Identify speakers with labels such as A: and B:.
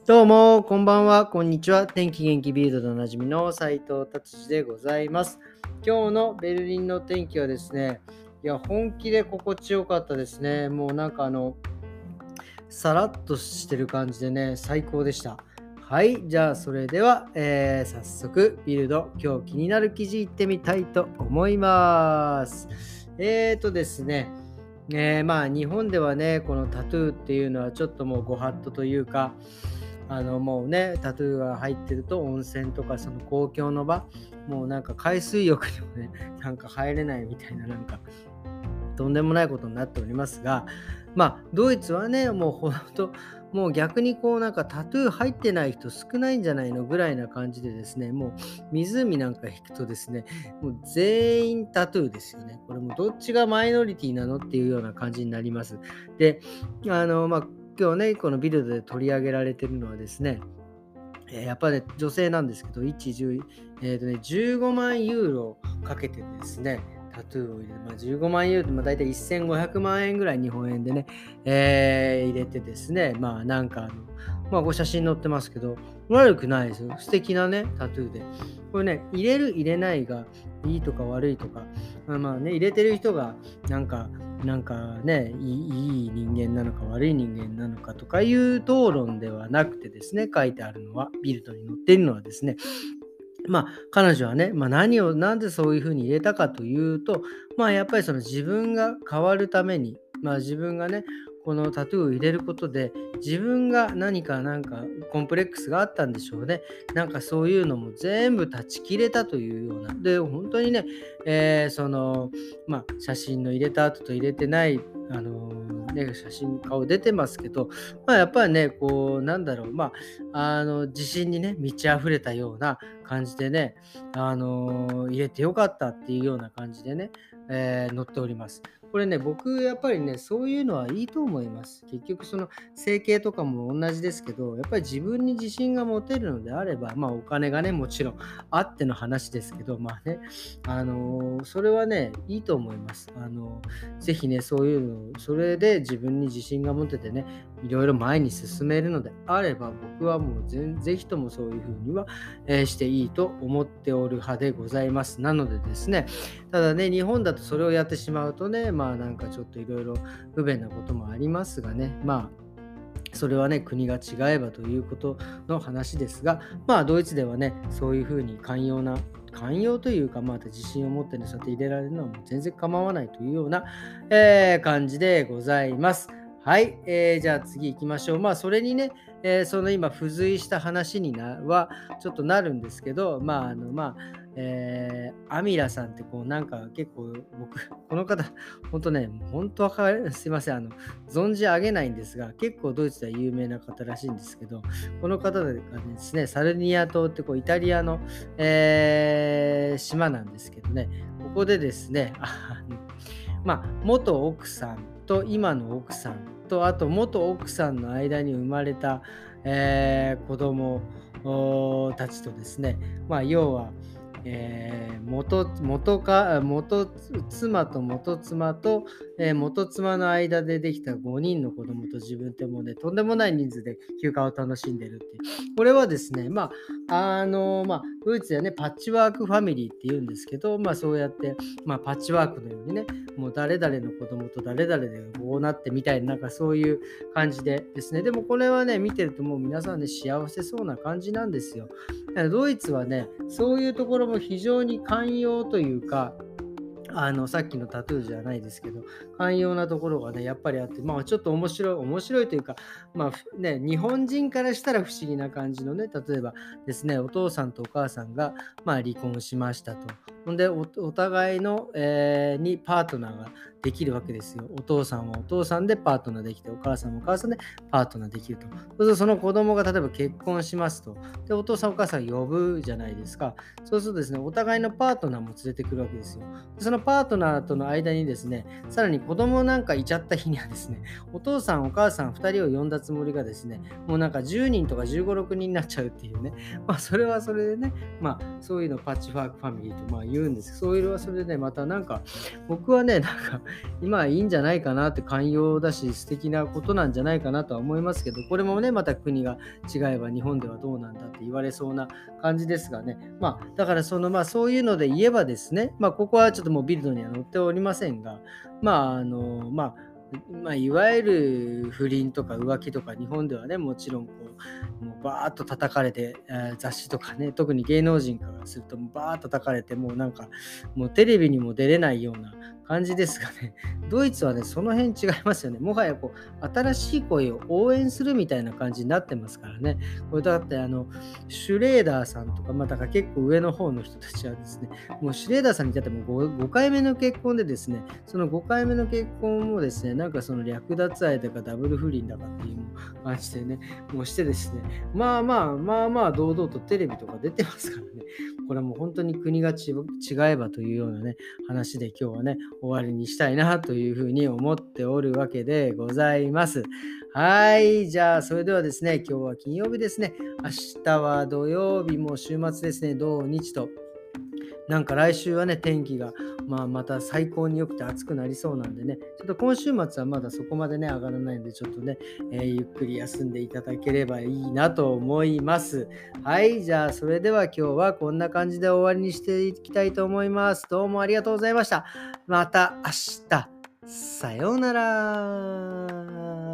A: どうも、こんばんは、こんにちは。天気元気ビルドでおなじみの斉藤達治でございます。今日のベルリンの天気はですね、本気で心地よかったですね。もうさらっとしてる感じでね、最高でした。はい、じゃあそれでは、早速ビルド、今日気になる記事いってみたいと思います。ですね、日本ではね、このタトゥーっていうのはちょっともうご法度というか、もうね、タトゥーが入ってると温泉とかその公共の場、もう海水浴にもね、入れないみたいなとんでもないことになっておりますが、ドイツはね、もうほんと、もう逆にタトゥー入ってない人少ないんじゃないのぐらいな感じでですね、もう湖なんか行くとですね、もう全員タトゥーですよね。これもどっちがマイノリティなのっていうような感じになります。で、今日ね、このビルドで取り上げられてるのはですね、やっぱね、女性なんですけど、15万ユーロかけてですね、タトゥーを入れて、15万ユーロって、だいたい1500万円ぐらい日本円でね、入れてですね、ご写真載ってますけど、悪くないですよ。素敵なね、タトゥーで。これね、入れる入れないがいいとか悪いとか、入れてる人がいい人間なのか悪い人間なのかとかいう討論ではなくてですね、書いてあるのは、ビルドに載っているのはですね、彼女はね、なんでそういうふうに入れたかというと、やっぱりその自分が変わるために、自分がね、このタトゥーを入れることで、自分が何かコンプレックスがあったんでしょうね。そういうのも全部断ち切れたというような。で、本当にね、写真の入れた後と入れてない、写真顔出てますけど、やっぱりね、自信にね、満ち溢れたような感じでね、入れてよかったっていうような感じでね、載っております。これね、僕やっぱりね、そういうのはいいと思います。結局その整形とかも同じですけど、やっぱり自分に自信が持てるのであれば、お金がね、もちろんあっての話ですけど、それはね、いいと思います。ぜひね、そういうのを、それで自分に自信が持ててね、いろいろ前に進めるのであれば、僕はもうぜひともそういうふうには、していいと思っておる派でございます。なのでですね、ただね、日本だとそれをやってしまうとね、ちょっといろいろ不便なこともありますがね、それはね、国が違えばということの話ですが、ドイツではね、そういうふうに寛容というか、また自信を持ってね、そうやって入れられるのはもう全然構わないというような、感じでございます。はい、じゃあ次行きましょう。それにね、その今付随した話はちょっとなるんですけど、アミラさんって結構僕、この方、ほんとね、ほんとすいません、存じ上げないんですが、結構ドイツでは有名な方らしいんですけど、この方がですね、サルニア島ってイタリアの、島なんですけどね、ここでですね、元奥さんと今の奥さんと、あと元奥さんの間に生まれた、子供たちとですね、要は、元妻と元妻と、元妻の間でできた5人の子供と自分ってもうね、とんでもない人数で休暇を楽しんでるっていう。これはですね、ドイツではね、パッチワークファミリーって言うんですけど、そうやって、パッチワークのようにね、もう誰々の子供と誰々でこうなってみたいな、そういう感じでですね。でもこれはね、見てるともう皆さんね、幸せそうな感じなんですよ。ドイツはね、そういうところも非常に寛容というか、さっきのタトゥーじゃないですけど、寛容なところがね、やっぱりあって、ちょっと面白いというか、日本人からしたら不思議な感じのね、例えばですね、お父さんとお母さんが、離婚しましたと。ほんで、お互いの、にパートナーができるわけですよ。お父さんはお父さんでパートナーできて、お母さんはお母さんでパートナーできると。そうするとその子供が例えば結婚しますと。で、お父さんお母さん呼ぶじゃないですか。そうするとですね、お互いのパートナーも連れてくるわけですよ。そのパートナーとの間にですね、さらに子供なんかいちゃった日にはですね、お父さんお母さん2人を呼んだつもりがですね、もうなんか10人とか15、6人になっちゃうっていうね、それはそれでね、そういうのをパッチワークファミリーと言うんですけど、そういうのはそれでね、またなんか、僕はね、なんか、今はいいんじゃないかなって寛容だし、素敵なことなんじゃないかなとは思いますけど、これもね、また国が違えば日本ではどうなんだって言われそうな感じですがね。だからそういうので言えばですね、ここはちょっともうビルドには載っておりませんが、いわゆる不倫とか浮気とか日本ではね、もちろんもうバーッと叩かれて、雑誌とかね、特に芸能人からするともうバーッと叩かれて、もうなんかもうテレビにも出れないような感じですがね、ドイツはね、その辺違いますよね。もはや新しい声を応援するみたいな感じになってますからね。これだってシュレーダーさんとか、だから結構上の方の人たちはですね、もうシュレーダーさんに至っても 5回目の結婚でですね、その5回目の結婚もですね、なんかその略奪愛だかダブル不倫だかっていう感じでね、もうしてですね、堂々とテレビとか出てますからね。これはもう本当に国が違えばというようなね、話で今日はね、終わりにしたいなというふうに思っておるわけでございます。はい。じゃあ、それではですね、今日は金曜日ですね。明日は土曜日、もう週末ですね、土日と。なんか来週はね、天気がまた最高に良くて暑くなりそうなんでね、ちょっと今週末はまだそこまでね、上がらないので、ちょっとね、ゆっくり休んでいただければいいなと思います。はい、じゃあそれでは今日はこんな感じで終わりにしていきたいと思います。どうもありがとうございました。また明日。さようなら。